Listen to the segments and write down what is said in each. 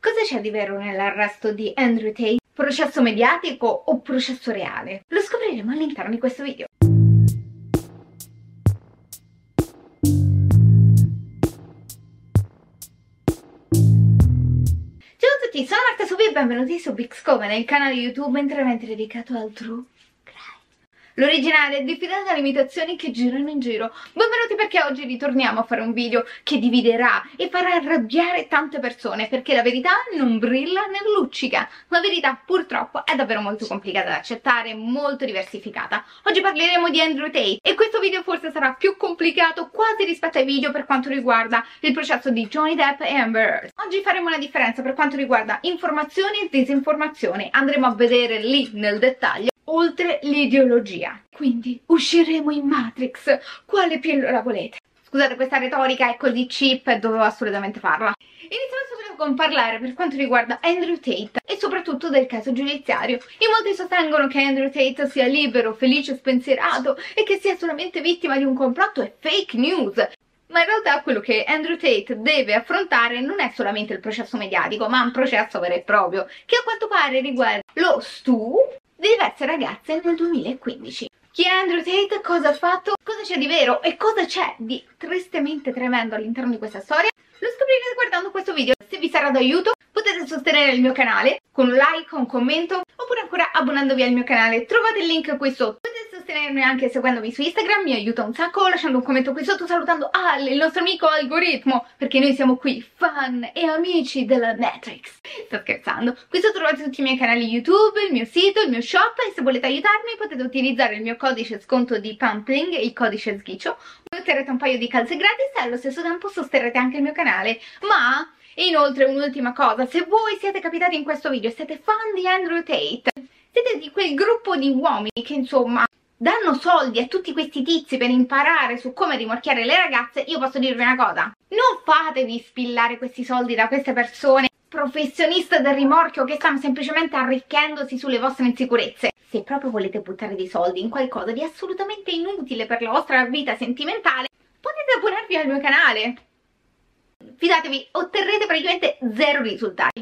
Cosa c'è di vero nell'arresto di Andrew Tate? Processo mediatico o processo reale? Lo scopriremo all'interno di questo video. Ciao a tutti, sono Marta Subi e benvenuti su Bixcomen, il canale YouTube interamente dedicato al true crime. L'originale è diffidata dalle imitazioni che girano in giro. Benvenuti perché oggi ritorniamo a fare un video che dividerà e farà arrabbiare tante persone, perché la verità non brilla né luccica. La verità purtroppo è davvero molto complicata da accettare, molto diversificata. Oggi parleremo di Andrew Tate e questo video forse sarà più complicato quasi rispetto ai video per quanto riguarda il processo di Johnny Depp e Amber Heard. Oggi faremo una differenza per quanto riguarda informazione e disinformazione. Andremo a vedere lì nel dettaglio oltre l'ideologia. Quindi usciremo in Matrix. Quale pillola volete? Scusate, questa retorica è così cheap e dovevo assolutamente farla. Iniziamo subito con parlare per quanto riguarda Andrew Tate e soprattutto del caso giudiziario. In molti sostengono che Andrew Tate sia libero, felice, spensierato e che sia solamente vittima di un complotto e fake news. Ma in realtà quello che Andrew Tate deve affrontare non è solamente il processo mediatico, ma un processo vero e proprio, che a quanto pare riguarda lo stupro di diverse ragazze nel 2015. Chi è Andrew Tate? Cosa ha fatto? Cosa c'è di vero? E cosa c'è di tristemente tremendo all'interno di questa storia? Lo scoprirete guardando questo video. Se vi sarà d'aiuto potete sostenere il mio canale con un like, un commento oppure ancora abbonandovi al mio canale. Trovate il link qui sotto. Potete sostenermi anche seguendomi su Instagram, mi aiuta un sacco, lasciando un commento qui sotto salutando Al, il nostro amico algoritmo, perché noi siamo qui fan e amici della Matrix. Sto scherzando. Qui sotto trovate tutti i miei canali YouTube, il mio sito, il mio shop e se volete aiutarmi potete utilizzare il mio codice sconto di Pumpling, il codice sghiccio. Otterrete un paio di calze gratis e allo stesso tempo sosterrete anche il mio canale. Ma inoltre un'ultima cosa, se voi siete capitati in questo video e siete fan di Andrew Tate, siete di quel gruppo di uomini che insomma danno soldi a tutti questi tizi per imparare su come rimorchiare le ragazze, io posso dirvi una cosa: non fatevi spillare questi soldi da queste persone professioniste del rimorchio che stanno semplicemente arricchendosi sulle vostre insicurezze. Se proprio volete buttare dei soldi in qualcosa di assolutamente inutile per la vostra vita sentimentale, potete abbonarvi al mio canale. Fidatevi, otterrete praticamente zero risultati.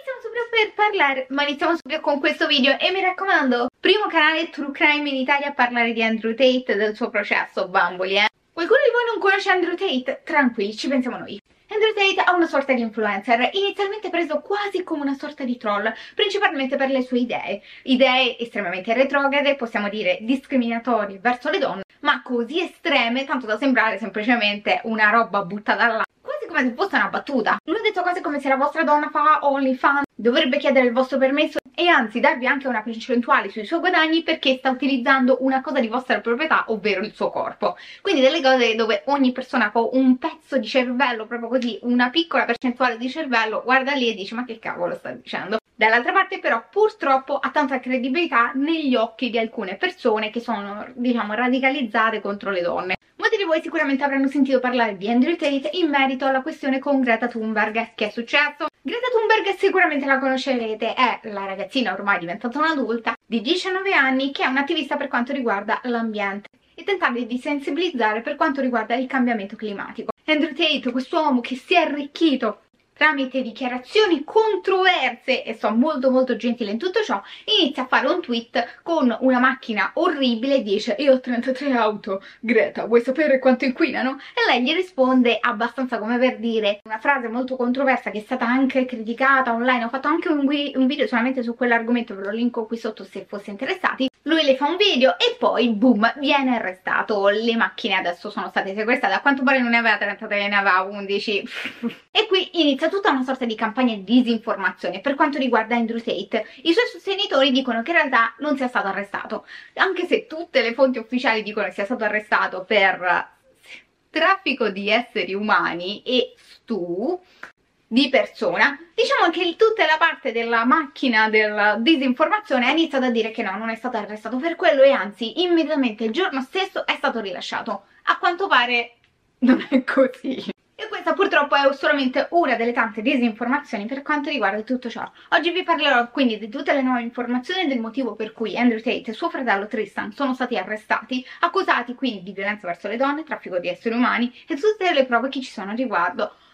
Ma iniziamo subito con questo video e mi raccomando, primo canale true crime in Italia a parlare di Andrew Tate e del suo processo, bamboli, Qualcuno di voi non conosce Andrew Tate? Tranquilli, ci pensiamo noi. Andrew Tate è una sorta di influencer, inizialmente preso quasi come una sorta di troll, principalmente per le sue idee estremamente retrograde, possiamo dire discriminatorie verso le donne, ma così estreme tanto da sembrare semplicemente una roba buttata là, quasi come se fosse una battuta. Lui ha detto cose come: se la vostra donna fa OnlyFans dovrebbe chiedere il vostro permesso e anzi darvi anche una percentuale sui suoi guadagni perché sta utilizzando una cosa di vostra proprietà, ovvero il suo corpo. Quindi delle cose dove ogni persona con un pezzo di cervello, proprio così, una piccola percentuale di cervello, guarda lì e dice: ma che cavolo sta dicendo? Dall'altra parte però purtroppo ha tanta credibilità negli occhi di alcune persone che sono, diciamo, radicalizzate contro le donne. Molti di voi sicuramente avranno sentito parlare di Andrew Tate in merito alla questione con Greta Thunberg. Che è successo? Greta Thunberg sicuramente la conoscerete, è la ragazzina ormai diventata un'adulta di 19 anni che è un'attivista per quanto riguarda l'ambiente e tentare di sensibilizzare per quanto riguarda il cambiamento climatico. Andrew Tate, quest'uomo che si è arricchito tramite dichiarazioni controverse e sono molto gentile in tutto ciò, inizia a fare un tweet con una macchina orribile e dice: io ho 33 auto, Greta, vuoi sapere quanto inquinano? E lei gli risponde abbastanza come per dire una frase molto controversa che è stata anche criticata online. Ho fatto anche un video solamente su quell'argomento, ve lo linko qui sotto se foste interessati. Lui le fa un video e poi boom, viene arrestato. Le macchine adesso sono state sequestrate, a quanto pare non ne aveva 33, ne aveva 11 e qui inizia tutta una sorta di campagna di disinformazione per quanto riguarda Andrew Tate. I suoi sostenitori dicono che in realtà non sia stato arrestato, anche se tutte le fonti ufficiali dicono che sia stato arrestato per traffico di esseri umani e di persona. Diciamo che tutta la parte della macchina della disinformazione ha iniziato a dire che no, non è stato arrestato per quello e anzi immediatamente il giorno stesso è stato rilasciato. A quanto pare non è così. E questa purtroppo è solamente una delle tante disinformazioni per quanto riguarda tutto ciò. Oggi vi parlerò quindi di tutte le nuove informazioni e del motivo per cui Andrew Tate e suo fratello Tristan sono stati arrestati, accusati quindi di violenza verso le donne, traffico di esseri umani e tutte le prove che ci sono a riguardo.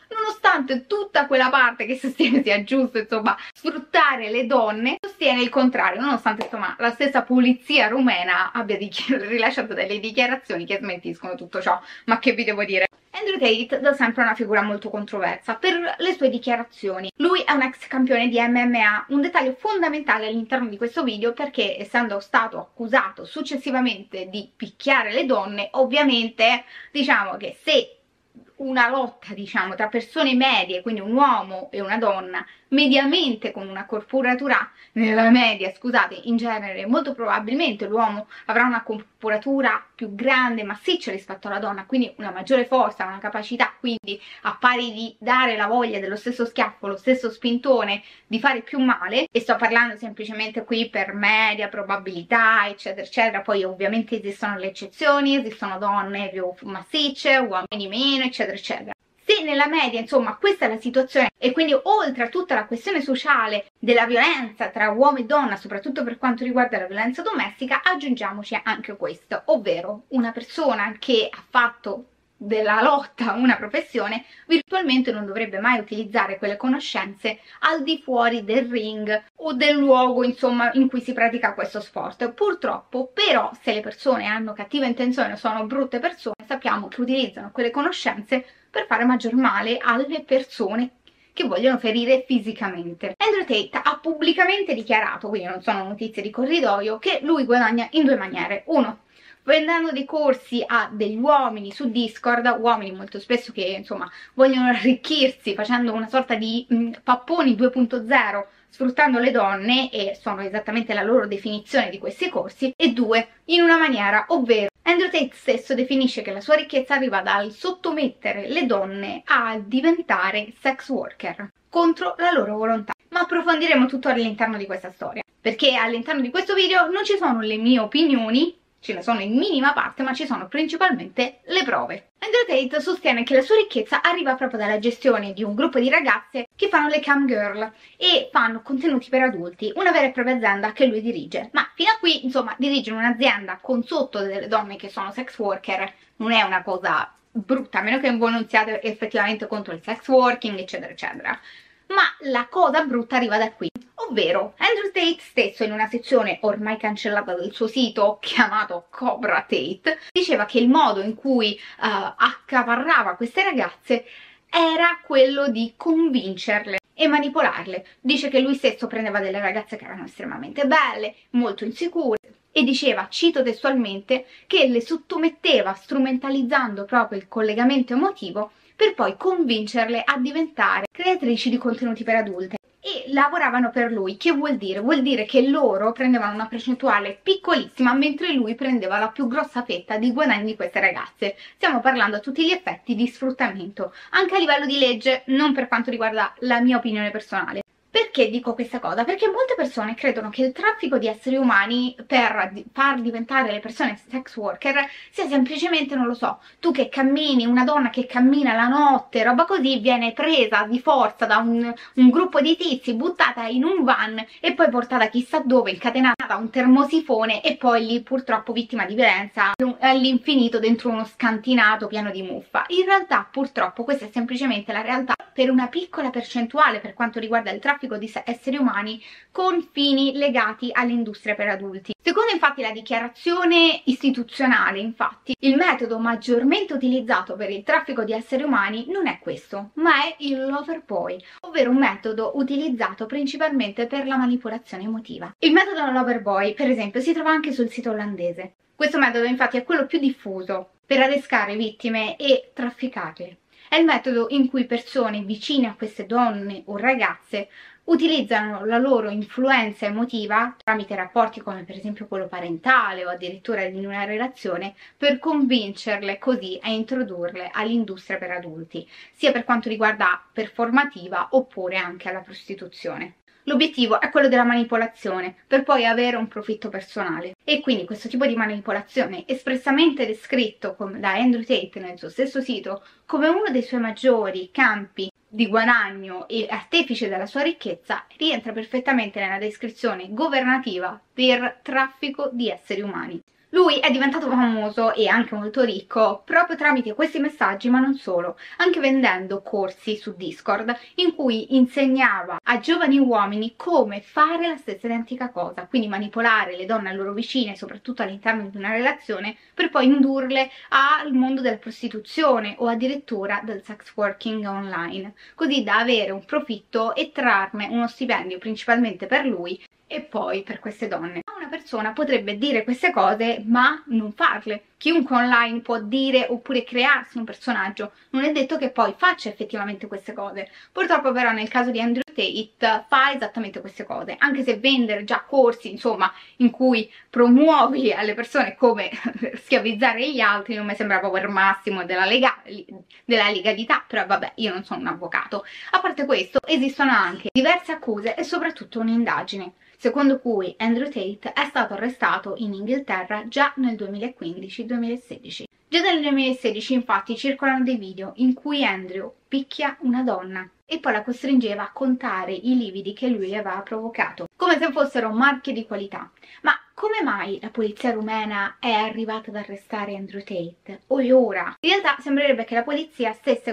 nonostante tutta quella parte che sostiene sia giusto, insomma, sfruttare le donne, sostiene il contrario, nonostante, insomma, la stessa polizia rumena abbia rilasciato delle dichiarazioni che smentiscono tutto ciò. Ma che vi devo dire? Andrew Tate da sempre è una figura molto controversa per le sue dichiarazioni. Lui è un ex campione di MMA, un dettaglio fondamentale all'interno di questo video perché, essendo stato accusato successivamente di picchiare le donne, ovviamente diciamo che se una lotta, diciamo, tra persone medie, quindi un uomo e una donna, mediamente con una corporatura, nella media, scusate, in genere, molto probabilmente l'uomo avrà una corporatura più grande, massiccia rispetto alla donna, quindi una maggiore forza, una capacità, quindi a pari di dare la voglia dello stesso schiaffo, lo stesso spintone, di fare più male, e sto parlando semplicemente qui per media, probabilità, eccetera, eccetera. Poi ovviamente esistono le eccezioni, esistono donne più massicce, uomini meno, eccetera, eccetera. Se nella media, insomma, questa è la situazione e quindi oltre a tutta la questione sociale della violenza tra uomo e donna, soprattutto per quanto riguarda la violenza domestica, aggiungiamoci anche questo, ovvero una persona che ha fatto della lotta una professione, virtualmente non dovrebbe mai utilizzare quelle conoscenze al di fuori del ring o del luogo, insomma, in cui si pratica questo sport. Purtroppo, però, se le persone hanno cattiva intenzione, sono brutte persone, sappiamo che utilizzano quelle conoscenze per fare maggior male alle persone che vogliono ferire fisicamente. Andrew Tate ha pubblicamente dichiarato, quindi non sono notizie di corridoio, che lui guadagna in due maniere. Uno, vendendo dei corsi a degli uomini su Discord, uomini molto spesso che, insomma, vogliono arricchirsi facendo una sorta di papponi 2.0, sfruttando le donne, e sono esattamente la loro definizione di questi corsi. E due, in una maniera, ovvero Andrew Tate stesso definisce che la sua ricchezza arriva dal sottomettere le donne a diventare sex worker contro la loro volontà. Ma approfondiremo tutto all'interno di questa storia, perché all'interno di questo video non ci sono le mie opinioni, ce ne sono in minima parte, ma ci sono principalmente le prove. Andrew Tate sostiene che la sua ricchezza arriva proprio dalla gestione di un gruppo di ragazze che fanno le cam girl e fanno contenuti per adulti, una vera e propria azienda che lui dirige. Ma fino a qui, insomma, dirigere un'azienda con sotto delle donne che sono sex worker non è una cosa brutta, a meno che voi non siate effettivamente contro il sex working, eccetera, eccetera. Ma la cosa brutta arriva da qui. Ovvero, Andrew Tate stesso, in una sezione ormai cancellata del suo sito chiamato Cobra Tate, diceva che il modo in cui accaparrava queste ragazze era quello di convincerle e manipolarle. Dice che lui stesso prendeva delle ragazze che erano estremamente belle, molto insicure, e diceva, cito testualmente, che le sottometteva strumentalizzando proprio il collegamento emotivo per poi convincerle a diventare creatrici di contenuti per adulte. E lavoravano per lui. Che vuol dire? Vuol dire che loro prendevano una percentuale piccolissima mentre lui prendeva la più grossa fetta di guadagni di queste ragazze. Stiamo parlando a tutti gli effetti di sfruttamento, anche a livello di legge, non per quanto riguarda la mia opinione personale. Perché dico questa cosa? Perché molte persone credono che il traffico di esseri umani per far diventare le persone sex worker sia semplicemente, non lo so, tu che cammini, una donna che cammina la notte, roba così, viene presa di forza da un gruppo di tizi, buttata in un van e poi portata chissà dove, incatenata a un termosifone e poi lì purtroppo vittima di violenza all'infinito dentro uno scantinato pieno di muffa. In realtà purtroppo questa è semplicemente la realtà per una piccola percentuale per quanto riguarda il traffico di esseri umani con fini legati all'industria per adulti. Secondo infatti la dichiarazione istituzionale, infatti, il metodo maggiormente utilizzato per il traffico di esseri umani non è questo, ma è il lover boy, ovvero un metodo utilizzato principalmente per la manipolazione emotiva. Il metodo lover boy, per esempio, si trova anche sul sito olandese. Questo metodo infatti è quello più diffuso per adescare vittime e trafficarle. È il metodo in cui persone vicine a queste donne o ragazze utilizzano la loro influenza emotiva tramite rapporti come per esempio quello parentale o addirittura in una relazione per convincerle così a introdurle all'industria per adulti, sia per quanto riguarda performativa oppure anche alla prostituzione. L'obiettivo è quello della manipolazione per poi avere un profitto personale e quindi questo tipo di manipolazione, espressamente descritto da Andrew Tate nel suo stesso sito come uno dei suoi maggiori campi di guadagno e artefice della sua ricchezza, rientra perfettamente nella descrizione governativa per traffico di esseri umani. Lui è diventato famoso e anche molto ricco proprio tramite questi messaggi, ma non solo, anche vendendo corsi su Discord in cui insegnava a giovani uomini come fare la stessa identica cosa, quindi manipolare le donne a loro vicine, soprattutto all'interno di una relazione, per poi indurle al mondo della prostituzione o addirittura del sex working online, così da avere un profitto e trarne uno stipendio principalmente per lui e poi per queste donne. Una persona potrebbe dire queste cose ma non farle. Chiunque online può dire oppure crearsi un personaggio, non è detto che poi faccia effettivamente queste cose. Purtroppo però nel caso di Andrew Tate fa esattamente queste cose, anche se vendere già corsi, insomma, in cui promuovi alle persone come schiavizzare gli altri non mi sembra proprio il massimo della legalità, però vabbè, io non sono un avvocato. A parte questo, esistono anche diverse accuse e soprattutto un'indagine, secondo cui Andrew Tate è stato arrestato in Inghilterra già nel 2015-2016. Già nel 2016 infatti circolano dei video in cui Andrew picchia una donna e poi la costringeva a contare i lividi che lui aveva provocato, come se fossero marche di qualità. Ma come mai la polizia rumena è arrivata ad arrestare Andrew Tate? O ora? In realtà sembrerebbe che la polizia stesse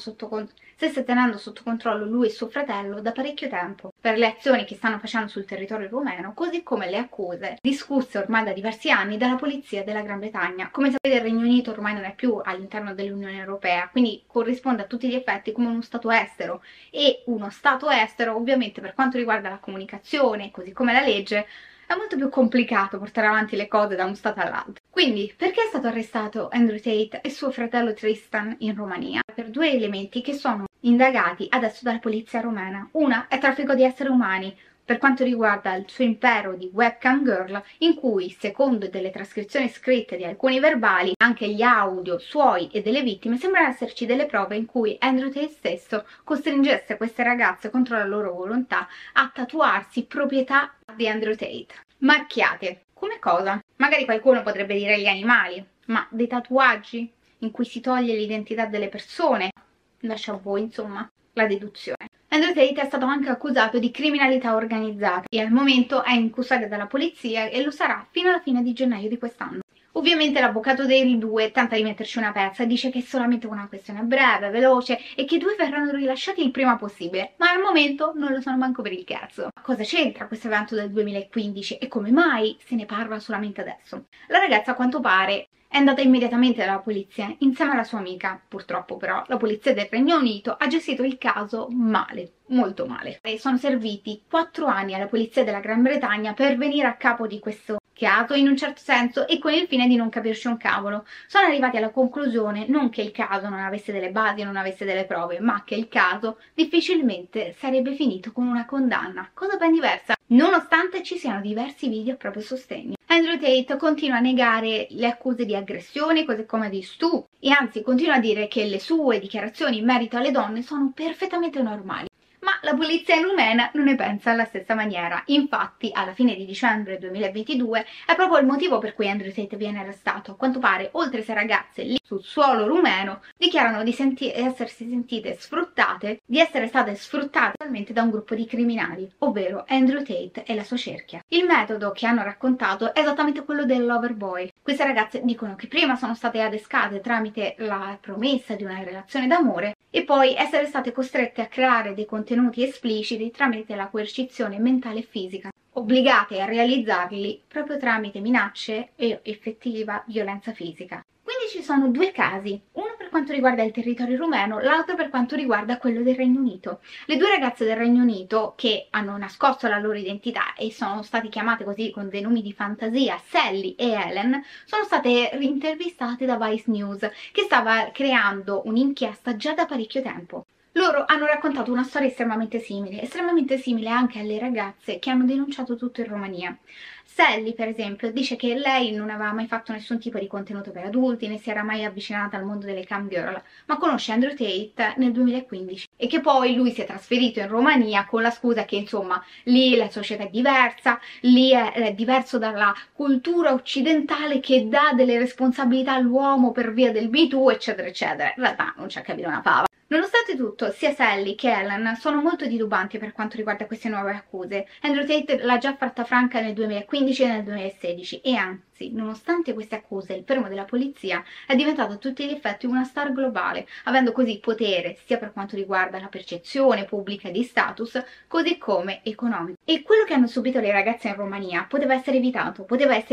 tenendo sotto controllo lui e suo fratello da parecchio tempo per le azioni che stanno facendo sul territorio rumeno, così come le accuse discusse ormai da diversi anni dalla polizia della Gran Bretagna. Come sapete, il Regno Unito ormai non è più all'interno dell'Unione Europea, quindi corrisponde a tutti gli effetti come uno stato estero, e uno stato estero ovviamente per quanto riguarda la comunicazione, così come la legge, è molto più complicato portare avanti le cose da uno stato all'altro. Quindi, perché è stato arrestato Andrew Tate e suo fratello Tristan in Romania? Per due elementi che sono indagati adesso dalla polizia romena. Una è traffico di esseri umani, per quanto riguarda il suo impero di webcam girl, in cui, secondo delle trascrizioni scritte di alcuni verbali, anche gli audio suoi e delle vittime, sembra esserci delle prove in cui Andrew Tate stesso costringesse queste ragazze contro la loro volontà a tatuarsi proprietà di Andrew Tate, marchiate. Come cosa? Magari qualcuno potrebbe dire gli animali, ma dei tatuaggi in cui si toglie l'identità delle persone? Lascia a voi, insomma, la deduzione. Andrew Tate è stato anche accusato di criminalità organizzata e al momento è in custodia dalla polizia e lo sarà fino alla fine di gennaio di quest'anno. Ovviamente l'avvocato dei due tenta di metterci una pezza e dice che è solamente una questione breve, veloce e che i due verranno rilasciati il prima possibile, ma al momento non lo sono manco per il cazzo. Cosa c'entra questo evento del 2015 e come mai se ne parla solamente adesso? La ragazza, a quanto pare, è andata immediatamente dalla polizia insieme alla sua amica. Purtroppo però la polizia del Regno Unito ha gestito il caso male, molto male. E sono serviti 4 anni alla polizia della Gran Bretagna per venire a capo di questo caso in un certo senso e con il fine di non capirci un cavolo. Sono arrivati alla conclusione non che il caso non avesse delle basi, non avesse delle prove, ma che il caso difficilmente sarebbe finito con una condanna, cosa ben diversa, nonostante ci siano diversi video a proprio sostegno. Andrew Tate continua a negare le accuse di aggressione, così come di stupro, e anzi continua a dire che le sue dichiarazioni in merito alle donne sono perfettamente normali. Ma la polizia rumena non ne pensa alla stessa maniera. Infatti, alla fine di dicembre 2022 è proprio il motivo per cui Andrew Tate viene arrestato. A quanto pare, oltre 6 ragazze lì sul suolo rumeno dichiarano di essersi sentite sfruttate, di essere state sfruttate totalmente da un gruppo di criminali, ovvero Andrew Tate e la sua cerchia. Il metodo che hanno raccontato è esattamente quello del Loverboy. Queste ragazze dicono che prima sono state adescate tramite la promessa di una relazione d'amore e poi essere state costrette a creare dei contenuti espliciti tramite la coercizione mentale e fisica, obbligate a realizzarli proprio tramite minacce e effettiva violenza fisica. Quindi ci sono due casi, uno per quanto riguarda il territorio rumeno, l'altro per quanto riguarda quello del Regno Unito. Le due ragazze del Regno Unito, che hanno nascosto la loro identità e sono state chiamate così con dei nomi di fantasia, Sally e Helen, sono state intervistate da Vice News, che stava creando un'inchiesta già da parecchio tempo. Loro hanno raccontato una storia estremamente simile anche alle ragazze che hanno denunciato tutto in Romania. Sally, per esempio, dice che lei non aveva mai fatto nessun tipo di contenuto per adulti, né si era mai avvicinata al mondo delle cam girl, ma conosce Andrew Tate nel 2015 e che poi lui si è trasferito in Romania con la scusa che insomma lì la società è diversa, lì è diverso dalla cultura occidentale che dà delle responsabilità all'uomo per via del Me Too, eccetera eccetera. In realtà non ci ha capito una fava. Nonostante tutto, sia Sally che Ellen sono molto titubanti per quanto riguarda queste nuove accuse. Andrew Tate l'ha già fatta franca nel 2015 e nel 2016 e anzi, nonostante queste accuse, il fermo della polizia è diventato a tutti gli effetti una star globale, avendo così potere sia per quanto riguarda la percezione pubblica di status, così come economico. E quello che hanno subito le ragazze in Romania poteva essere evitato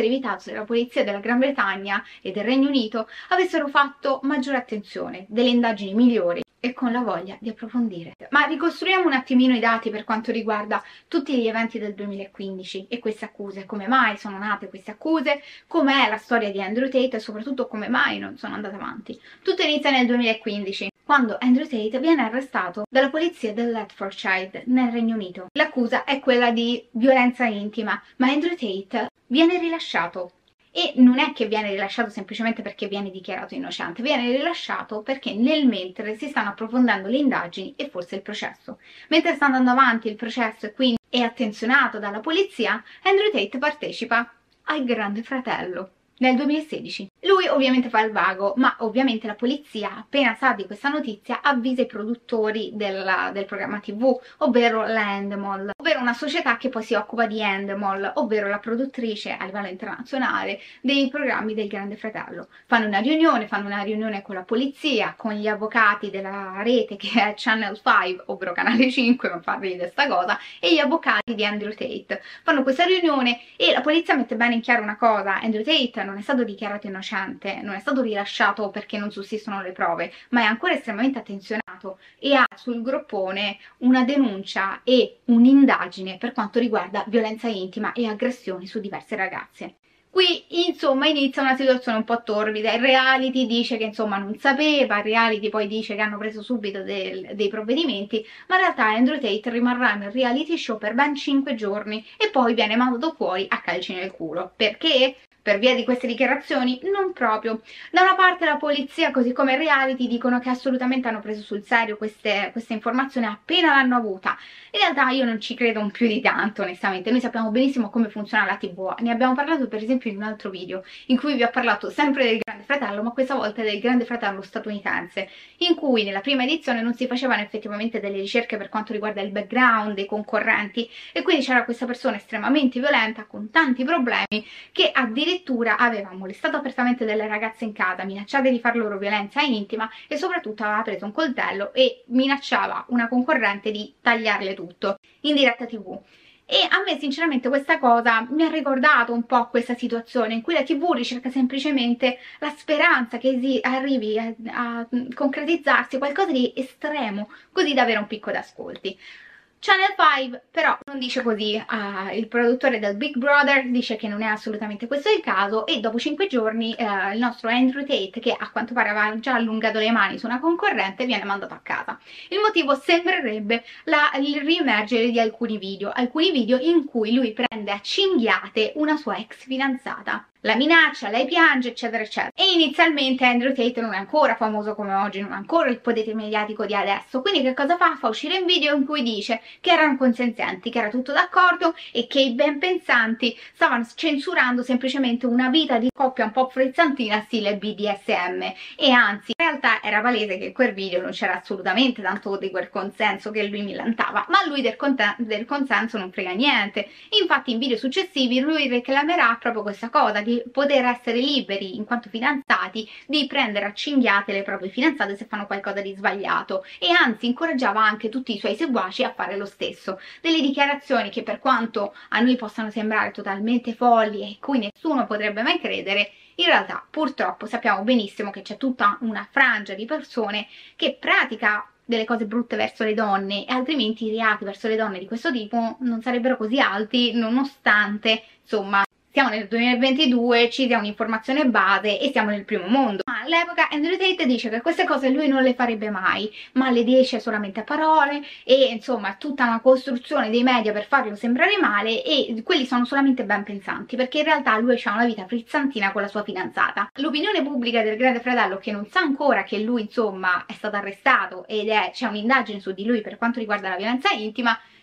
se la polizia della Gran Bretagna e del Regno Unito avessero fatto maggiore attenzione, delle indagini migliori e con la voglia di approfondire. Ma ricostruiamo un attimino i dati per quanto riguarda tutti gli eventi del 2015 e queste accuse, come mai sono nate queste accuse, com'è la storia di Andrew Tate e soprattutto come mai non sono andate avanti. Tutto inizia nel 2015, quando Andrew Tate viene arrestato dalla polizia del Hertfordshire nel Regno Unito. L'accusa è quella di violenza intima, ma Andrew Tate viene rilasciato. E non è che viene rilasciato semplicemente perché viene dichiarato innocente, viene rilasciato perché nel mentre si stanno approfondendo le indagini e forse il processo. Mentre sta andando avanti il processo e quindi è attenzionato dalla polizia, Andrew Tate partecipa al Grande Fratello nel 2016. Lui ovviamente fa il vago, ma ovviamente la polizia, appena sa di questa notizia, avvisa i produttori del programma TV, ovvero la Endemol, ovvero una società che poi si occupa di Endemol, ovvero la produttrice a livello internazionale dei programmi del Grande Fratello. Fanno una riunione con la polizia, con gli avvocati della rete che è Channel 5, ovvero Canale 5, non fa ridere sta cosa, e gli avvocati di Andrew Tate. Fanno questa riunione e la polizia mette bene in chiaro una cosa: Andrew Tate non è stato dichiarato innocente, non è stato rilasciato perché non sussistono le prove, ma è ancora estremamente attenzionato e ha sul groppone una denuncia e un'indagine per quanto riguarda violenza intima e aggressioni su diverse ragazze. Qui insomma inizia una situazione un po' torbida, il reality dice che insomma non sapeva, il reality poi dice che hanno preso subito dei provvedimenti, ma in realtà Andrew Tate rimarrà nel reality show per ben 5 giorni e poi viene mandato fuori a calci nel culo. Perché? Per via di queste dichiarazioni? Non proprio. Da una parte la polizia, così come il reality, dicono che assolutamente hanno preso sul serio queste informazioni appena l'hanno avuta. In realtà io non ci credo più di tanto, onestamente. Noi sappiamo benissimo come funziona la TV. Ne abbiamo parlato per esempio in un altro video, in cui vi ho parlato sempre del Grande Fratello, ma questa volta del Grande Fratello statunitense, in cui nella prima edizione non si facevano effettivamente delle ricerche per quanto riguarda il background dei concorrenti, e quindi c'era questa persona estremamente violenta, con tanti problemi, che addirittura aveva molestato apertamente delle ragazze in casa, minacciate di far loro violenza intima e soprattutto aveva preso un coltello e minacciava una concorrente di tagliarle tutto in diretta TV. E a me sinceramente questa cosa mi ha ricordato un po' questa situazione in cui la TV ricerca semplicemente la speranza che arrivi a concretizzarsi qualcosa di estremo, così da avere un picco d'ascolti. Channel 5 però non dice così, il produttore del Big Brother dice che non è assolutamente questo il caso, e dopo 5 giorni il nostro Andrew Tate, che a quanto pare aveva già allungato le mani su una concorrente, viene mandato a casa. Il motivo sembrerebbe il riemergere di alcuni video in cui lui prende a cinghiate una sua ex fidanzata. La minaccia, lei piange, eccetera eccetera. E inizialmente Andrew Tate non è ancora famoso come oggi, non ha ancora il potere mediatico di adesso, quindi che cosa fa? Fa uscire un video in cui dice che erano consenzienti, che era tutto d'accordo e che i ben pensanti stavano censurando semplicemente una vita di coppia un po' frizzantina stile BDSM, e anzi in realtà era palese che in quel video non c'era assolutamente tanto di quel consenso che lui millantava, ma lui del consenso non frega niente. Infatti in video successivi lui reclamerà proprio questa cosa, di poter essere liberi in quanto fidanzati di prendere a cinghiate le proprie fidanzate se fanno qualcosa di sbagliato, e anzi incoraggiava anche tutti i suoi seguaci a fare lo stesso. Delle dichiarazioni che, per quanto a noi possano sembrare totalmente folli e cui nessuno potrebbe mai credere, in realtà purtroppo sappiamo benissimo che c'è tutta una frangia di persone che pratica delle cose brutte verso le donne, e altrimenti i reati verso le donne di questo tipo non sarebbero così alti, nonostante insomma siamo nel 2022, ci sia un'informazione base e siamo nel primo mondo. Ma all'epoca Andrew Tate dice che queste cose lui non le farebbe mai, ma le dice solamente a parole, e insomma tutta una costruzione dei media per farlo sembrare male, e quelli sono solamente ben pensanti, perché in realtà lui ha una vita frizzantina con la sua fidanzata. L'opinione pubblica del Grande Fratello, che non sa ancora che lui insomma è stato arrestato ed c'è un'indagine su di lui per quanto riguarda la violenza intima,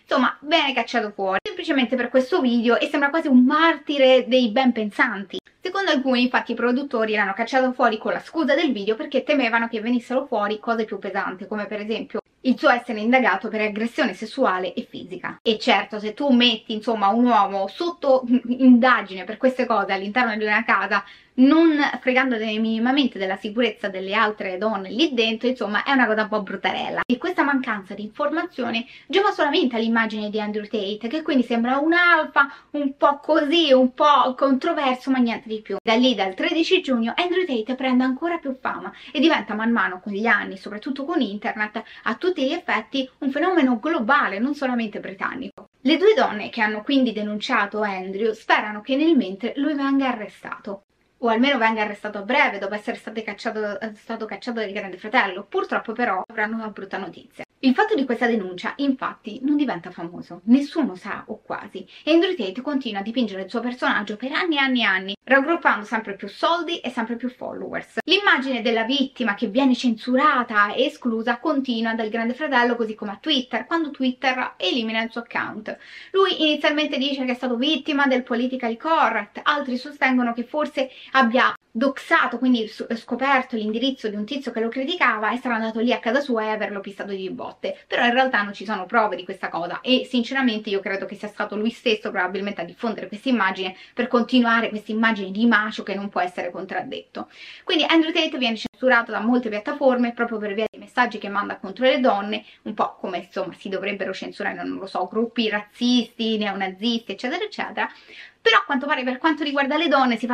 Insomma, viene cacciato fuori semplicemente per questo video e sembra quasi un martire dei ben pensanti. Secondo alcuni, infatti, i produttori l'hanno cacciato fuori con la scusa del video perché temevano che venissero fuori cose più pesanti, come per esempio il suo essere indagato per aggressione sessuale e fisica. E certo, se tu metti insomma un uomo sotto indagine per queste cose all'interno di una casa, non fregandone minimamente della sicurezza delle altre donne lì dentro, insomma è una cosa un po' bruttarella. E questa mancanza di informazione giova solamente all'immagine di Andrew Tate, che quindi sembra un alfa, un po' così, un po' controverso, ma niente di più. Da lì, dal 13 giugno, Andrew Tate prende ancora più fama e diventa man mano con gli anni, soprattutto con internet, a tutti gli effetti un fenomeno globale, non solamente britannico. Le due donne che hanno quindi denunciato Andrew sperano che nel mentre lui venga arrestato, o almeno venga arrestato a breve dopo essere stato cacciato dal Grande Fratello. Purtroppo però avranno una brutta notizia. Il fatto di questa denuncia infatti non diventa famoso, nessuno sa o quasi, e Andrew Tate continua a dipingere il suo personaggio per anni e anni e anni, raggruppando sempre più soldi e sempre più followers. L'immagine della vittima che viene censurata e esclusa continua dal Grande Fratello, così come a Twitter, quando Twitter elimina il suo account. Lui inizialmente dice che è stato vittima del politically correct, altri sostengono che forse abbia doxato, quindi scoperto l'indirizzo di un tizio che lo criticava e sarà andato lì a casa sua e averlo pissato di botte, però in realtà non ci sono prove di questa cosa e sinceramente io credo che sia stato lui stesso probabilmente a diffondere questa immagine per continuare questa immagine di macio che non può essere contraddetto. Quindi Andrew Tate viene censurato da molte piattaforme proprio per via dei messaggi che manda contro le donne, un po' come insomma si dovrebbero censurare, non lo so, gruppi razzisti, neonazisti eccetera eccetera. Però a quanto pare per quanto riguarda le donne si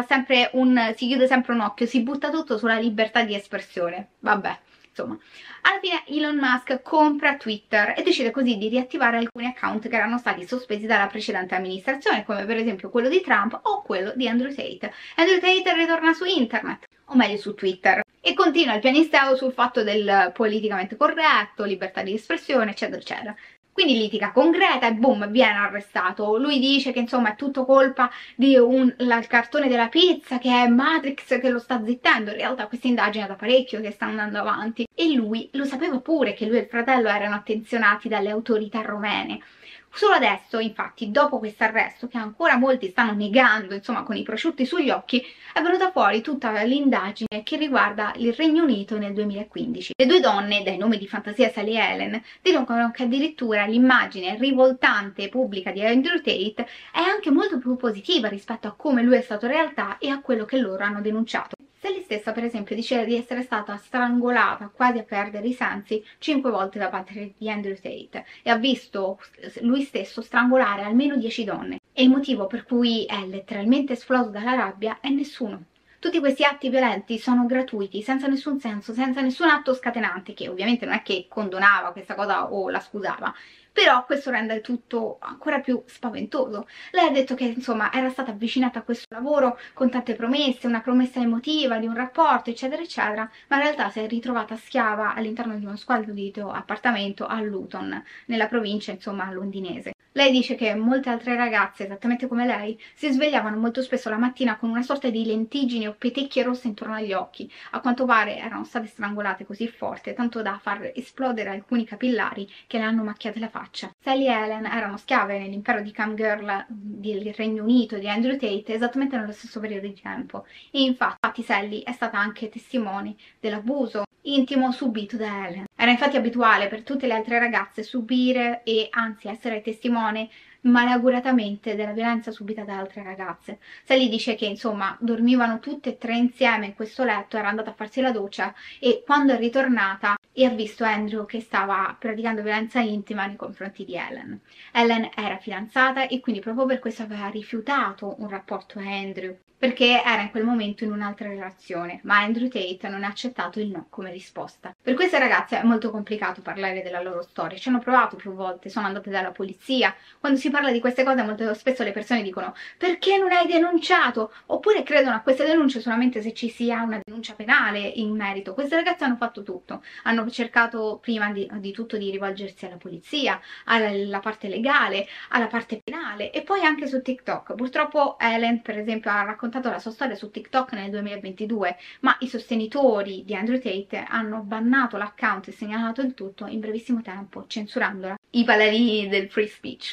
chiude sempre un occhio, si butta tutto sulla libertà di espressione. Vabbè, insomma. Alla fine Elon Musk compra Twitter e decide così di riattivare alcuni account che erano stati sospesi dalla precedente amministrazione, come per esempio quello di Trump o quello di Andrew Tate. Andrew Tate ritorna su internet, o meglio su Twitter, e continua il piagnisteo sul fatto del politicamente corretto, libertà di espressione, eccetera, eccetera. Quindi litiga con Greta e boom, viene arrestato. Lui dice che insomma è tutto colpa di il cartone della pizza, che è Matrix che lo sta zittendo. In realtà questa indagine è da parecchio che sta andando avanti. E lui lo sapeva pure che lui e il fratello erano attenzionati dalle autorità romene. Solo adesso, infatti, dopo questo arresto, che ancora molti stanno negando, insomma, con i prosciutti sugli occhi, è venuta fuori tutta l'indagine che riguarda il Regno Unito nel 2015. Le due donne, dai nomi di fantasia Sally e Helen, dicono che addirittura l'immagine rivoltante e pubblica di Andrew Tate è anche molto più positiva rispetto a come lui è stato in realtà e a quello che loro hanno denunciato. Sally stessa, per esempio, dice di essere stata strangolata quasi a perdere i sensi 5 volte da parte di Andrew Tate e ha visto lui stesso strangolare almeno 10 donne. E il motivo per cui è letteralmente esploso dalla rabbia è nessuno. Tutti questi atti violenti sono gratuiti, senza nessun senso, senza nessun atto scatenante, che ovviamente non è che condonava questa cosa o la scusava, però questo rende tutto ancora più spaventoso. Lei ha detto che insomma era stata avvicinata a questo lavoro con tante promesse, una promessa emotiva di un rapporto eccetera eccetera, ma in realtà si è ritrovata schiava all'interno di uno squallido appartamento a Luton, nella provincia insomma londinese. Lei dice che molte altre ragazze, esattamente come lei, si svegliavano molto spesso la mattina con una sorta di lentiggini o petecchie rosse intorno agli occhi. A quanto pare erano state strangolate così forte, tanto da far esplodere alcuni capillari che le hanno macchiate la faccia. Sally e Helen erano schiave nell'impero di Cam Girl del Regno Unito di Andrew Tate esattamente nello stesso periodo di tempo. E infatti Sally è stata anche testimone dell'abuso intimo subito da Helen. Era infatti abituale per tutte le altre ragazze subire e anzi essere testimone malauguratamente della violenza subita da altre ragazze. Sally dice che insomma dormivano tutte e tre insieme in questo letto, era andata a farsi la doccia e quando è ritornata e ha visto Andrew che stava praticando violenza intima nei confronti di Helen. Helen era fidanzata e quindi proprio per questo aveva rifiutato un rapporto a Andrew, perché era in quel momento in un'altra relazione, ma Andrew Tate non ha accettato il no come risposta. Per queste ragazze è molto complicato parlare della loro storia, ci hanno provato più volte, sono andate dalla polizia. Quando si parla di queste cose molto spesso le persone dicono perché non hai denunciato? Oppure credono a queste denunce solamente se ci sia una denuncia penale in merito. Queste ragazze hanno fatto tutto, hanno cercato prima di tutto di rivolgersi alla polizia, alla parte legale, alla parte penale e poi anche su TikTok. Purtroppo Helen per esempio ha raccontato raccontato la sua storia su TikTok nel 2022, ma i sostenitori di Andrew Tate hanno bannato l'account e segnalato il tutto in brevissimo tempo, censurandola. I paladini del free speech,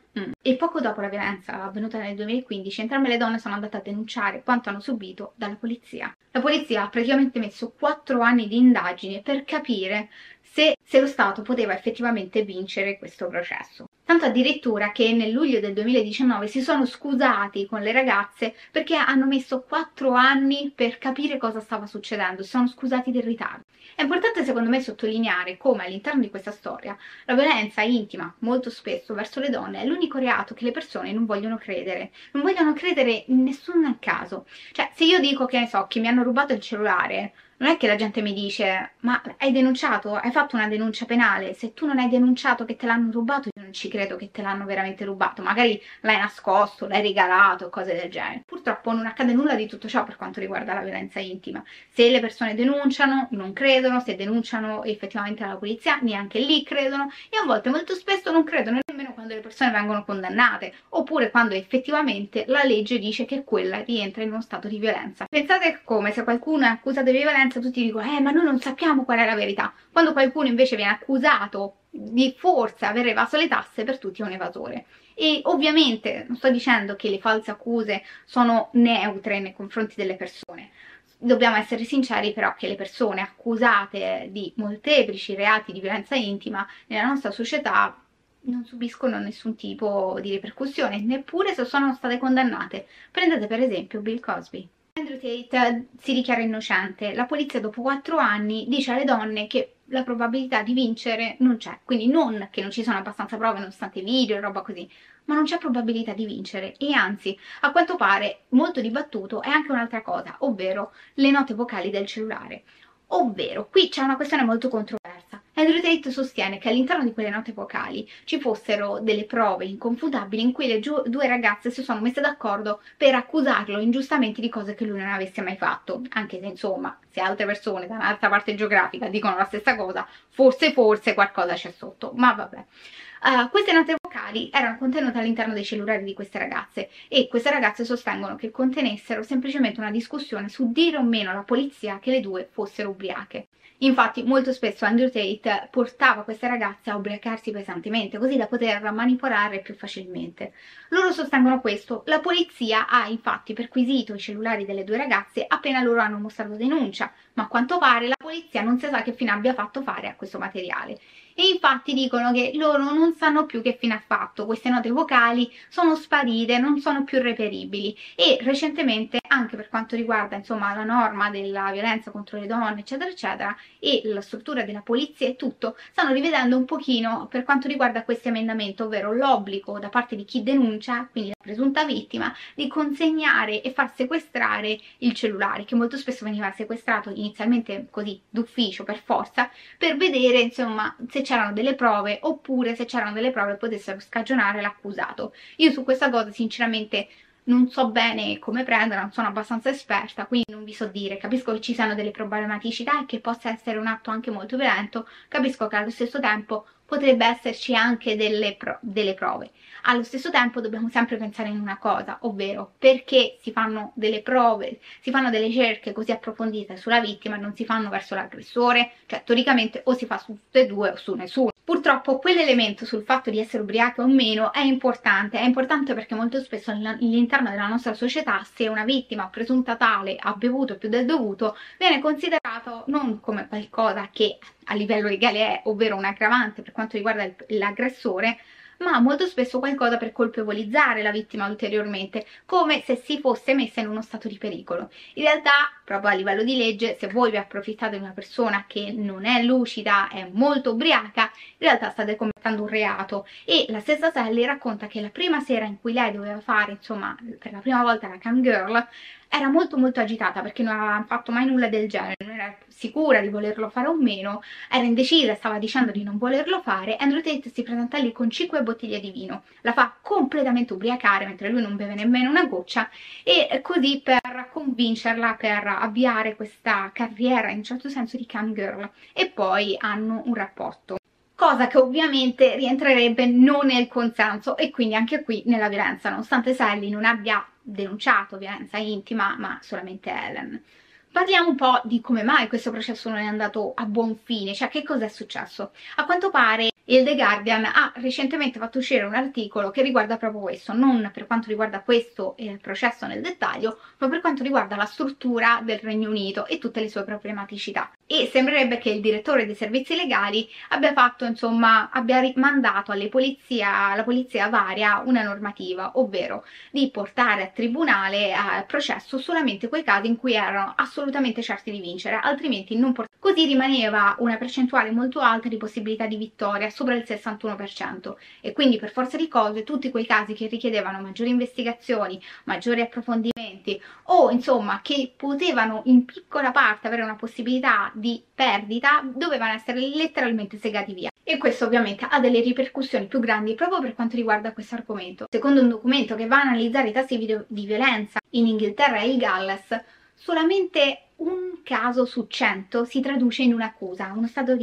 E poco dopo la violenza avvenuta nel 2015, entrambe le donne sono andate a denunciare quanto hanno subito dalla polizia. La polizia ha praticamente messo 4 anni di indagini per capire se lo Stato poteva effettivamente vincere questo processo. Tanto addirittura che nel luglio del 2019 si sono scusati con le ragazze perché hanno messo 4 anni per capire cosa stava succedendo, si sono scusati del ritardo. È importante secondo me sottolineare come all'interno di questa storia la violenza intima, molto spesso verso le donne, è l'unico reato che le persone non vogliono credere. Non vogliono credere in nessun caso. Cioè, se io dico che ne so, che mi hanno rubato il cellulare, non è che la gente mi dice ma hai denunciato? Hai fatto una denuncia penale? Se tu non hai denunciato che te l'hanno rubato, io non ci credo che te l'hanno veramente rubato. Magari l'hai nascosto, l'hai regalato, cose del genere. Purtroppo non accade nulla di tutto ciò per quanto riguarda la violenza intima. Se le persone denunciano, non credono, se denunciano effettivamente alla polizia, neanche lì credono e a volte molto spesso non credono nemmeno quando le persone vengono condannate oppure quando effettivamente la legge dice che quella rientra in uno stato di violenza. Pensate come se qualcuno è accusato di violenza tutti dicono ma noi non sappiamo qual è la verità, quando qualcuno invece viene accusato di forse aver evaso le tasse, per tutti è un evasore. E ovviamente non sto dicendo che le false accuse sono neutre nei confronti delle persone, dobbiamo essere sinceri però che le persone accusate di molteplici reati di violenza intima nella nostra società non subiscono nessun tipo di ripercussione, neppure se sono state condannate. Prendete per esempio Bill Cosby. Andrew Tate si dichiara innocente, la polizia dopo 4 anni dice alle donne che la probabilità di vincere non c'è, quindi non che non ci sono abbastanza prove nonostante video e roba così, ma non c'è probabilità di vincere e anzi, a quanto pare, molto dibattuto è anche un'altra cosa, ovvero le note vocali del cellulare. Ovvero, qui c'è una questione molto controversa. Andrew Tate sostiene che all'interno di quelle note vocali ci fossero delle prove inconfutabili in cui le due ragazze si sono messe d'accordo per accusarlo ingiustamente di cose che lui non avesse mai fatto. Anche se, insomma, se altre persone da un'altra parte geografica dicono la stessa cosa, forse qualcosa c'è sotto, ma vabbè. Queste note vocali erano contenute all'interno dei cellulari di queste ragazze e queste ragazze sostengono che contenessero semplicemente una discussione su dire o meno alla polizia che le due fossero ubriache. Infatti molto spesso Andrew Tate portava queste ragazze a ubriacarsi pesantemente così da poterla manipolare più facilmente. Loro sostengono questo, la polizia ha infatti perquisito i cellulari delle due ragazze appena loro hanno mostrato denuncia, ma a quanto pare la polizia non si sa che fine abbia fatto fare a questo materiale. E infatti dicono che loro non sanno più che fine ha fatto, queste note vocali sono sparite, non sono più reperibili e recentemente anche per quanto riguarda insomma la norma della violenza contro le donne eccetera eccetera e la struttura della polizia e tutto, stanno rivedendo un pochino per quanto riguarda questo emendamento, ovvero l'obbligo da parte di chi denuncia, quindi la presunta vittima, di consegnare e far sequestrare il cellulare, che molto spesso veniva sequestrato inizialmente così d'ufficio per forza, per vedere insomma se c'erano delle prove oppure se c'erano delle prove potessero scagionare l'accusato. Io su questa cosa sinceramente non so bene come prendere, non sono abbastanza esperta, quindi non vi so dire. Capisco che ci siano delle problematicità e che possa essere un atto anche molto violento, capisco che allo stesso tempo potrebbe esserci anche delle prove. Allo stesso tempo dobbiamo sempre pensare in una cosa, ovvero perché si fanno delle prove, si fanno delle ricerche così approfondite sulla vittima e non si fanno verso l'aggressore, cioè teoricamente o si fa su tutte e due o su nessuno. Purtroppo quell'elemento sul fatto di essere ubriaca o meno è importante perché molto spesso all'interno della nostra società se una vittima presunta tale ha bevuto più del dovuto viene considerato non come qualcosa che a livello legale è, ovvero un aggravante per quanto riguarda l'aggressore, ma molto spesso qualcosa per colpevolizzare la vittima ulteriormente, come se si fosse messa in uno stato di pericolo. In realtà, proprio a livello di legge, se voi vi approfittate di una persona che non è lucida, è molto ubriaca, in realtà state commettendo un reato. E la stessa Sally racconta che la prima sera in cui lei doveva fare, insomma, per la prima volta la cam girl, era molto agitata perché non aveva fatto mai nulla del genere, non era sicura di volerlo fare o meno, era indecisa, stava dicendo di non volerlo fare. Andrew Tate si presenta lì con 5 bottiglie di vino, la fa completamente ubriacare mentre lui non beve nemmeno una goccia e così per convincerla, per avviare questa carriera in un certo senso di cam girl e poi hanno un rapporto. cosa che ovviamente rientrerebbe non nel consenso e quindi anche qui nella violenza, nonostante Sally non abbia denunciato violenza intima, ma solamente Helen. Parliamo un po' di come mai questo processo non è andato a buon fine, cioè che cosa è successo. A quanto pare il The Guardian ha recentemente fatto uscire un articolo che riguarda proprio questo, non per quanto riguarda questo processo nel dettaglio, ma per quanto riguarda la struttura del Regno Unito e tutte le sue problematicità. E sembrerebbe che il direttore dei servizi legali abbia fatto, insomma, abbia mandato alla polizia varia una normativa, ovvero di portare a tribunale, a processo, solamente quei casi in cui erano assolutamente certi di vincere, altrimenti non portavano. Così rimaneva una percentuale molto alta di possibilità di vittoria, sopra il 61%, e quindi per forza di cose tutti quei casi che richiedevano maggiori investigazioni, maggiori approfondimenti o insomma che potevano in piccola parte avere una possibilità di perdita dovevano essere letteralmente segati via. E questo ovviamente ha delle ripercussioni più grandi proprio per quanto riguarda questo argomento. Secondo un documento che va a analizzare i tassi di violenza in Inghilterra e il Galles, solamente un caso su 100 si traduce in un'accusa,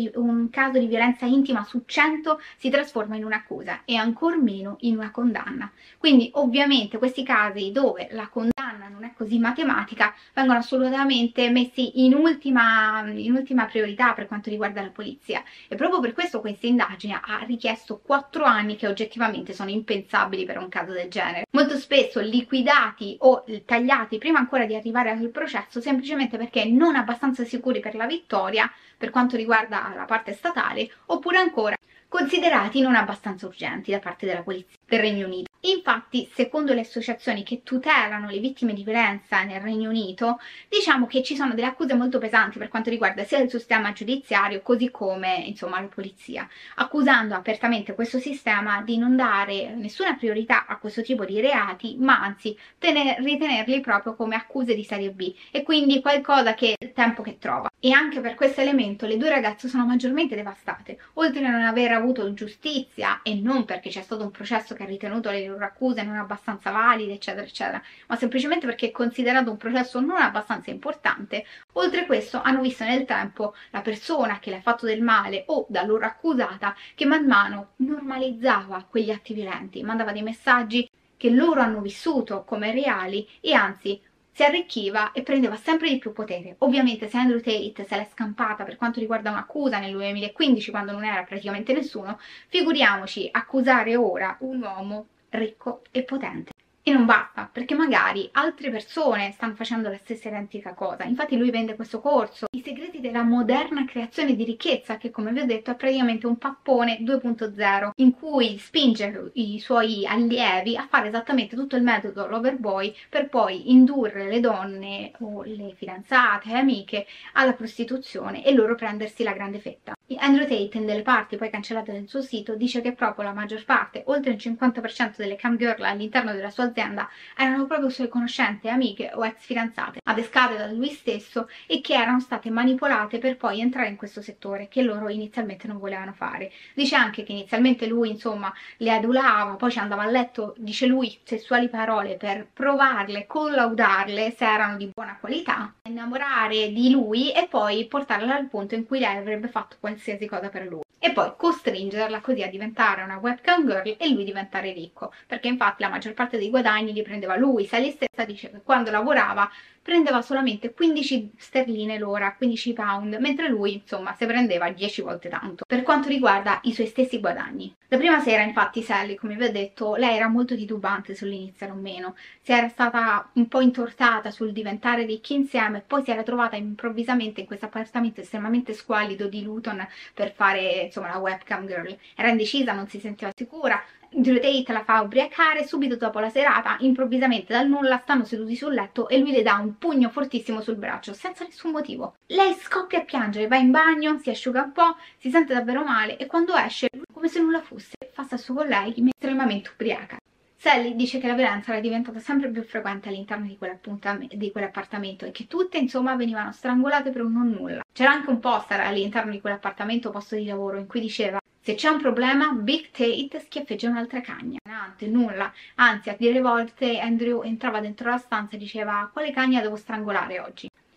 un caso di violenza intima su 100 si trasforma in un'accusa e ancor meno in una condanna. Quindi ovviamente questi casi dove la condanna non è così matematica vengono assolutamente messi in ultima priorità per quanto riguarda la polizia, e proprio per questo questa indagine ha richiesto 4 anni che oggettivamente sono impensabili per un caso del genere, molto spesso liquidati o tagliati prima ancora di arrivare al processo semplicemente perché non abbastanza sicuri per la vittoria per quanto riguarda la parte statale, oppure ancora considerati non abbastanza urgenti da parte della polizia del Regno Unito. Infatti, secondo le associazioni che tutelano le vittime di violenza nel Regno Unito, diciamo che ci sono delle accuse molto pesanti per quanto riguarda sia il sistema giudiziario così come, insomma, la polizia, accusando apertamente questo sistema di non dare nessuna priorità a questo tipo di reati, ma anzi ritenerli proprio come accuse di serie B, e quindi qualcosa che è il tempo che trova. E anche per questo elemento le 2 ragazze sono maggiormente devastate, oltre a non aver avuto giustizia, e non perché c'è stato un processo che ha ritenuto le loro accuse non abbastanza valide, eccetera eccetera, ma semplicemente perché è considerato un processo non abbastanza importante. Oltre a questo hanno visto nel tempo la persona che le ha fatto del male o da loro accusata che man mano normalizzava quegli atti violenti, mandava dei messaggi che loro hanno vissuto come reali e anzi si arricchiva e prendeva sempre di più potere. Ovviamente se Andrew Tate se l'è scampata per quanto riguarda un'accusa nel 2015 quando non era praticamente nessuno, figuriamoci accusare ora un uomo ricco e potente. E non basta, perché magari altre persone stanno facendo la stessa identica cosa. Infatti lui vende questo corso, I segreti della moderna creazione di ricchezza, che come vi ho detto è praticamente un pappone 2.0, in cui spinge i suoi allievi a fare esattamente tutto il metodo Loverboy per poi indurre le donne o le fidanzate, le amiche alla prostituzione e loro prendersi la grande fetta. Andrew Tate, in delle parti poi cancellate del suo sito, dice che proprio la maggior parte, oltre il 50% delle cam girl all'interno della sua azienda, erano proprio sue conoscenti, amiche o ex fidanzate, adescate da lui stesso e che erano state manipolate per poi entrare in questo settore che loro inizialmente non volevano fare. Dice anche che inizialmente lui, insomma, le adulava, poi ci andava a letto, dice lui, sessuali parole per provarle, collaudarle se erano di buona qualità, innamorare di lui e poi portarla al punto in cui lei avrebbe fatto qualsiasi cosa per lui e poi costringerla così a diventare una webcam girl e lui diventare ricco, perché infatti la maggior parte dei guadagni li prendeva lui. Sally stessa dice che quando lavorava prendeva solamente 15 sterline l'ora, 15 pound, mentre lui insomma se prendeva 10 volte tanto per quanto riguarda i suoi stessi guadagni. La prima sera infatti Sally, come vi ho detto, lei era molto titubante sull'iniziare o meno, si era stata un po' intortata sul diventare ricchi insieme, poi si era trovata improvvisamente in questo appartamento estremamente squallido di Luton per fare insomma la webcam girl. Era indecisa, non si sentiva sicura. Andrew Tate la fa ubriacare, subito dopo la serata, improvvisamente dal nulla stanno seduti sul letto e lui le dà un pugno fortissimo sul braccio, senza nessun motivo. Lei scoppia a piangere, va in bagno, si asciuga un po', si sente davvero male e quando esce, come se nulla fosse, fa sesso con lei, estremamente ubriaca. Sally dice che la violenza era diventata sempre più frequente all'interno di quell'appartamento e che tutte insomma venivano strangolate per un non nulla. C'era anche un poster all'interno di quell'appartamento posto di lavoro in cui diceva: se c'è un problema, Big Tate schiaffeggia un'altra cagna. Nulla, anzi a dire volte Andrew entrava dentro la stanza e diceva: quale cagna devo strangolare oggi?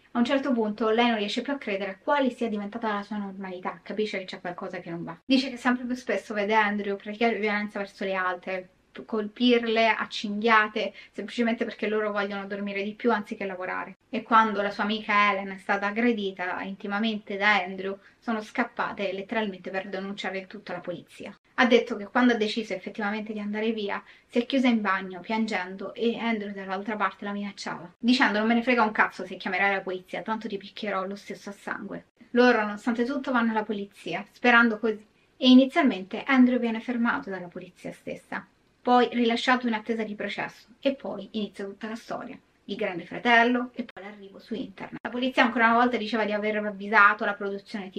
A un certo punto lei non riesce più a credere a quale sia diventata la sua normalità, capisce che c'è qualcosa che non va. Dice che sempre più spesso vede Andrew praticare violenza verso le altre, colpirle a cinghiate semplicemente perché loro vogliono dormire di più anziché lavorare. E quando la sua amica Helen è stata aggredita intimamente da Andrew, sono scappate letteralmente per denunciare il tutto alla polizia. Ha detto che quando ha deciso effettivamente di andare via si è chiusa in bagno piangendo e Andrew dall'altra parte la minacciava, dicendo: non me ne frega un cazzo se chiamerai la polizia, tanto ti picchierò lo stesso a sangue. Loro nonostante tutto vanno alla polizia, sperando così, e inizialmente Andrew viene fermato dalla polizia stessa, poi rilasciato in attesa di processo, e poi inizia tutta la storia. Il Grande Fratello e poi l'arrivo su internet. La polizia ancora una volta diceva di aver avvisato la produzione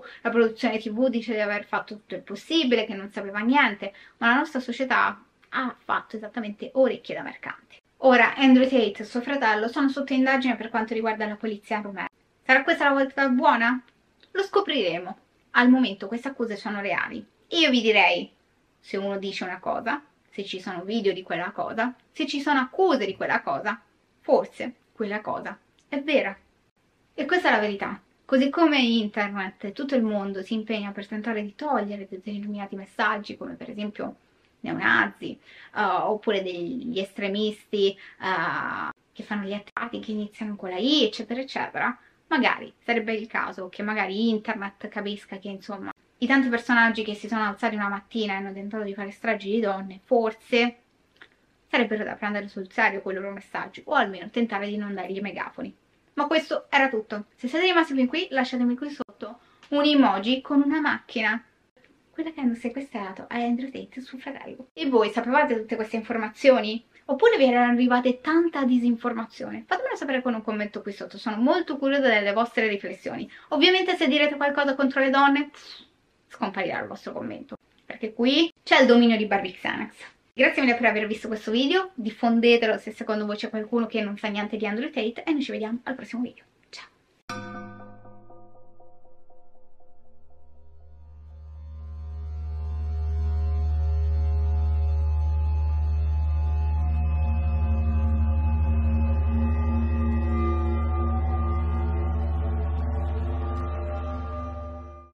TV dice di aver fatto tutto il possibile, che non sapeva niente, ma la nostra società ha fatto esattamente orecchie da mercante. Ora Andrew Tate e suo fratello sono sotto indagine per quanto riguarda la polizia rumena. Sarà questa la volta buona? Lo scopriremo. Al momento queste accuse sono reali. Io vi direi, se uno dice una cosa, se ci sono video di quella cosa, se ci sono accuse di quella cosa, forse quella cosa è vera. E questa è la verità. Così come internet e tutto il mondo si impegna per tentare di togliere determinati messaggi, come per esempio neonazi, oppure degli estremisti che fanno gli attentati che iniziano con la I, eccetera, eccetera, magari sarebbe il caso che magari internet capisca che, insomma, i tanti personaggi che si sono alzati una mattina e hanno tentato di fare stragi di donne, forse sarebbero da prendere sul serio quei loro messaggi, o almeno tentare di non dargli megafoni. Ma questo era tutto. Se siete rimasti fin qui, lasciatemi qui sotto un emoji con una macchina, quella che hanno sequestrato a Andrew Tate e suo fratello. E voi sapevate tutte queste informazioni? Oppure vi erano arrivate tanta disinformazione? Fatemelo sapere con un commento qui sotto, sono molto curiosa delle vostre riflessioni. Ovviamente se direte qualcosa contro le donne, scomparirà il vostro commento, perché qui c'è il dominio di Barbie Xanax. Grazie mille per aver visto questo video, diffondetelo se secondo voi c'è qualcuno che non sa niente di Andrew Tate e noi ci vediamo al prossimo video.